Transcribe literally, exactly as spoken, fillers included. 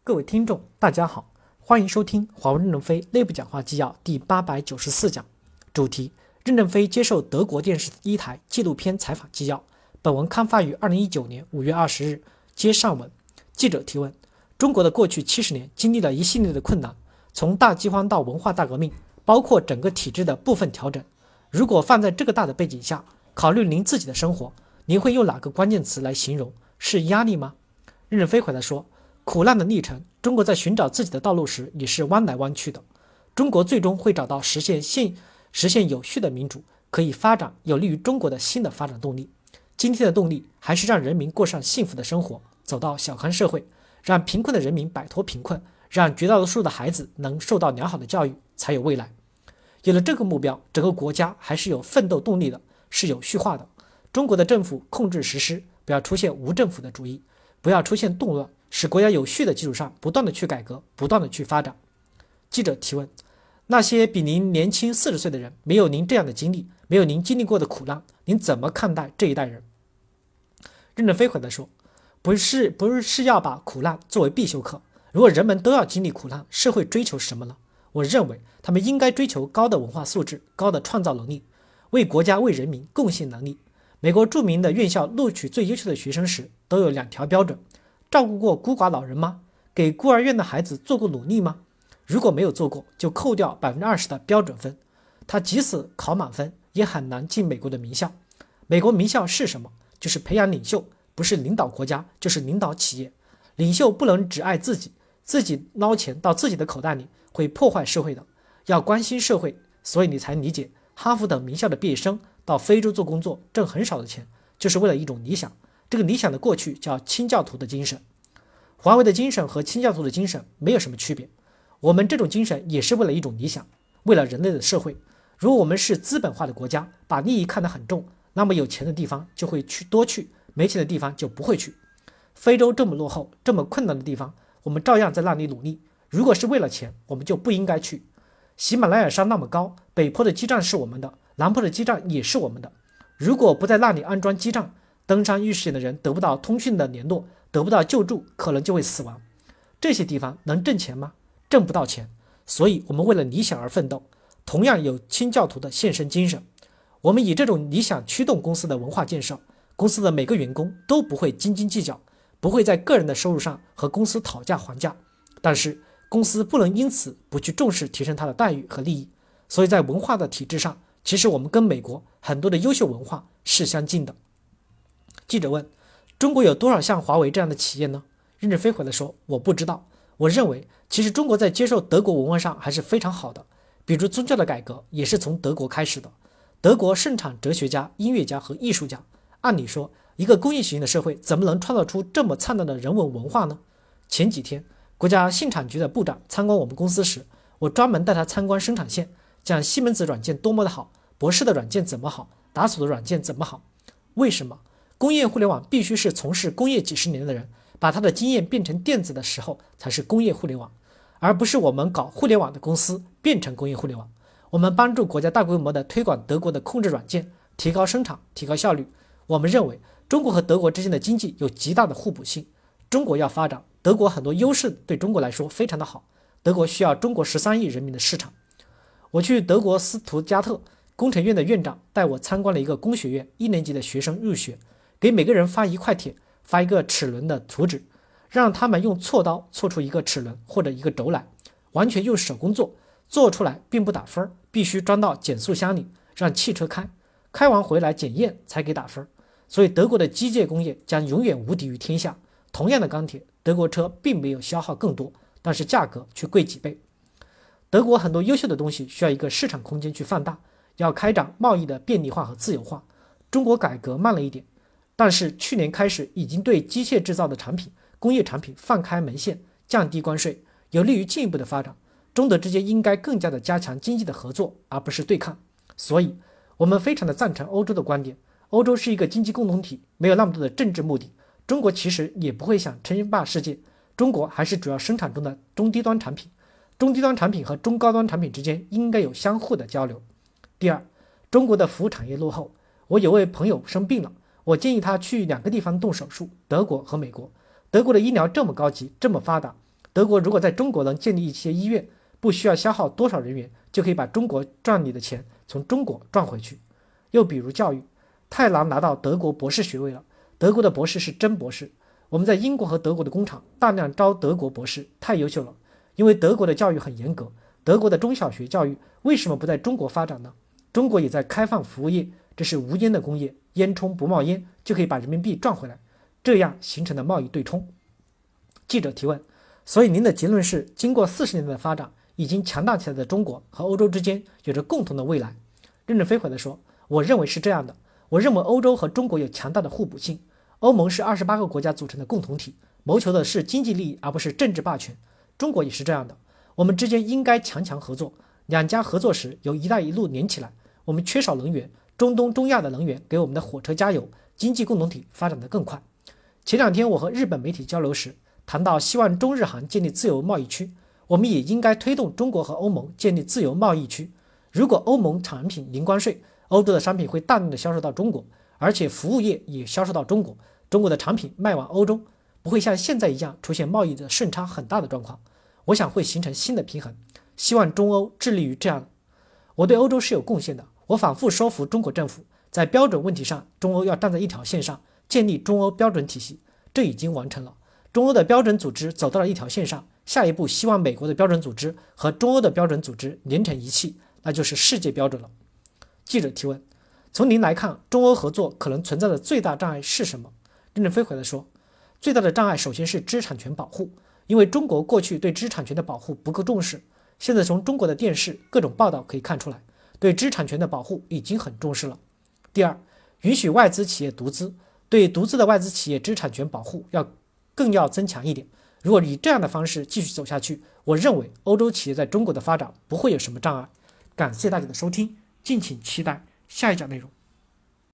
各位听众，大家好，欢迎收听华为任正非内部讲话纪要第八百九十四讲，主题：任正非接受德国电视一台纪录片采访纪要。本文刊发于二零一九年五月二十日。接上文，记者提问：中国的过去七十年经历了一系列的困难，从大饥荒到文化大革命，包括整个体制的部分调整。如果放在这个大的背景下，考虑您自己的生活，您会用哪个关键词来形容？是压力吗？任正非回答说：苦难的历程，中国在寻找自己的道路时也是弯来弯去的。中国最终会找到实现现实现有序的民主，可以发展有利于中国的新的发展动力。今天的动力还是让人民过上幸福的生活，走到小康社会，让贫困的人民摆脱贫困，让绝大多数的孩子能受到良好的教育，才有未来。有了这个目标，整个国家还是有奋斗动力的，是有序化的。中国的政府控制实施，不要出现无政府的主义，不要出现动乱，使国家有序的基础上不断的去改革，不断的去发展。记者提问：那些比您年轻四十岁的人，没有您这样的经历，没有您经历过的苦难，您怎么看待这一代人？任正非回答说：不是不是要把苦难作为必修课，如果人们都要经历苦难，社会追求什么呢？我认为他们应该追求高的文化素质，高的创造能力，为国家为人民贡献能力。美国著名的院校录取最优秀的学生时都有两条标准：照顾过孤寡老人吗？给孤儿院的孩子做过努力吗？如果没有做过，就扣掉 百分之二十 的标准分。他即使考满分，也很难进美国的名校。美国名校是什么？就是培养领袖，不是领导国家，就是领导企业。领袖不能只爱自己，自己捞钱到自己的口袋里，会破坏社会的。要关心社会，所以你才理解哈佛等名校的毕业生到非洲做工作，挣很少的钱，就是为了一种理想。这个理想的过去叫清教徒的精神。华为的精神和清教徒的精神没有什么区别。我们这种精神也是为了一种理想，为了人类的社会。如果我们是资本化的国家，把利益看得很重，那么有钱的地方就会去多去，没钱的地方就不会去。非洲这么落后，这么困难的地方，我们照样在那里努力。如果是为了钱，我们就不应该去。喜马拉雅山那么高，北坡的基站是我们的，南坡的基站也是我们的。如果不在那里安装基站，登山遇险的人得不到通讯的联络，得不到救助，可能就会死亡。这些地方能挣钱吗？挣不到钱。所以我们为了理想而奋斗，同样有清教徒的献身精神。我们以这种理想驱动公司的文化建设，公司的每个员工都不会斤斤计较，不会在个人的收入上和公司讨价还价。但是公司不能因此不去重视提升它的待遇和利益。所以在文化的体制上，其实我们跟美国很多的优秀文化是相近的。记者问：中国有多少像华为这样的企业呢？任正非回答说：我不知道。我认为其实中国在接受德国文化上还是非常好的，比如宗教的改革也是从德国开始的。德国盛产哲学家、音乐家和艺术家，按理说一个工业型的社会怎么能创造出这么灿烂的人文文化呢？前几天国家信产局的部长参观我们公司时，我专门带他参观生产线，讲西门子软件多么的好，博士的软件怎么好，达索的软件怎么好。为什么工业互联网必须是从事工业几十年的人把他的经验变成电子的时候才是工业互联网，而不是我们搞互联网的公司变成工业互联网。我们帮助国家大规模的推广德国的控制软件，提高生产，提高效率。我们认为中国和德国之间的经济有极大的互补性。中国要发展，德国很多优势对中国来说非常的好，德国需要中国十三亿人民的市场。我去德国斯图加特，工程院的院长带我参观了一个工学院一年级的学生入学，给每个人发一块铁，发一个齿轮的图纸，让他们用锉刀锉出一个齿轮或者一个轴来，完全用手工做，做出来并不打分，必须装到减速箱里，让汽车开，开完回来检验才给打分。所以德国的机械工业将永远无敌于天下。同样的钢铁，德国车并没有消耗更多，但是价格却贵几倍。德国很多优秀的东西需要一个市场空间去放大，要开展贸易的便利化和自由化。中国改革慢了一点，但是去年开始已经对机械制造的产品、工业产品放开门线，降低关税，有利于进一步的发展。中德之间应该更加的加强经济的合作，而不是对抗。所以我们非常的赞成欧洲的观点，欧洲是一个经济共同体，没有那么多的政治目的。中国其实也不会想称霸世界，中国还是主要生产中的中低端产品，中低端产品和中高端产品之间应该有相互的交流。第二，中国的服务产业落后。我有位朋友生病了，我建议他去两个地方动手术，德国和美国。德国的医疗这么高级，这么发达， 德国如果在中国能建立一些医院，不需要消耗多少人员，就可以把中国赚你的钱从中国赚回去。又比如教育，太郎拿到德国博士学位了，德国的博士是真博士。我们在英国和德国的工厂大量招德国博士，太优秀了。因为德国的教育很严格，德国的中小学教育为什么不在中国发展呢？中国也在开放服务业，这是无烟的工业，烟囱不冒烟就可以把人民币赚回来，这样形成的贸易对冲。记者提问：所以您的结论是，经过四十年的发展，已经强大起来的中国和欧洲之间有着共同的未来？任正非回答说：我认为是这样的，我认为欧洲和中国有强大的互补性，欧盟是二十八个国家组成的共同体，谋求的是经济利益而不是政治霸权。中国也是这样的，我们之间应该强强合作，两家合作时由一带一路连起来，我们缺少能源，中东中亚的能源给我们的火车加油，经济共同体发展得更快。前两天我和日本媒体交流时谈到希望中日韩建立自由贸易区，我们也应该推动中国和欧盟建立自由贸易区。如果欧盟产品零关税，欧洲的商品会大量的销售到中国，而且服务业也销售到中国，中国的产品卖往欧洲，不会像现在一样出现贸易的顺差很大的状况。我想会形成新的平衡，希望中欧致力于这样。我对欧洲是有贡献的，我反复说服中国政府，在标准问题上，中欧要站在一条线上，建立中欧标准体系，这已经完成了。中欧的标准组织走到了一条线上，下一步希望美国的标准组织和中欧的标准组织连成一气，那就是世界标准了。记者提问：从您来看，中欧合作可能存在的最大障碍是什么？任正非回答说：最大的障碍首先是知识产权保护，因为中国过去对知识产权的保护不够重视，现在从中国的电视各种报道可以看出来，对知识产权的保护已经很重视了。第二，允许外资企业独资，对独资的外资企业知识产权保护要更要增强一点。如果以这样的方式继续走下去，我认为欧洲企业在中国的发展不会有什么障碍。感谢大家的收听，敬请期待下一讲内容。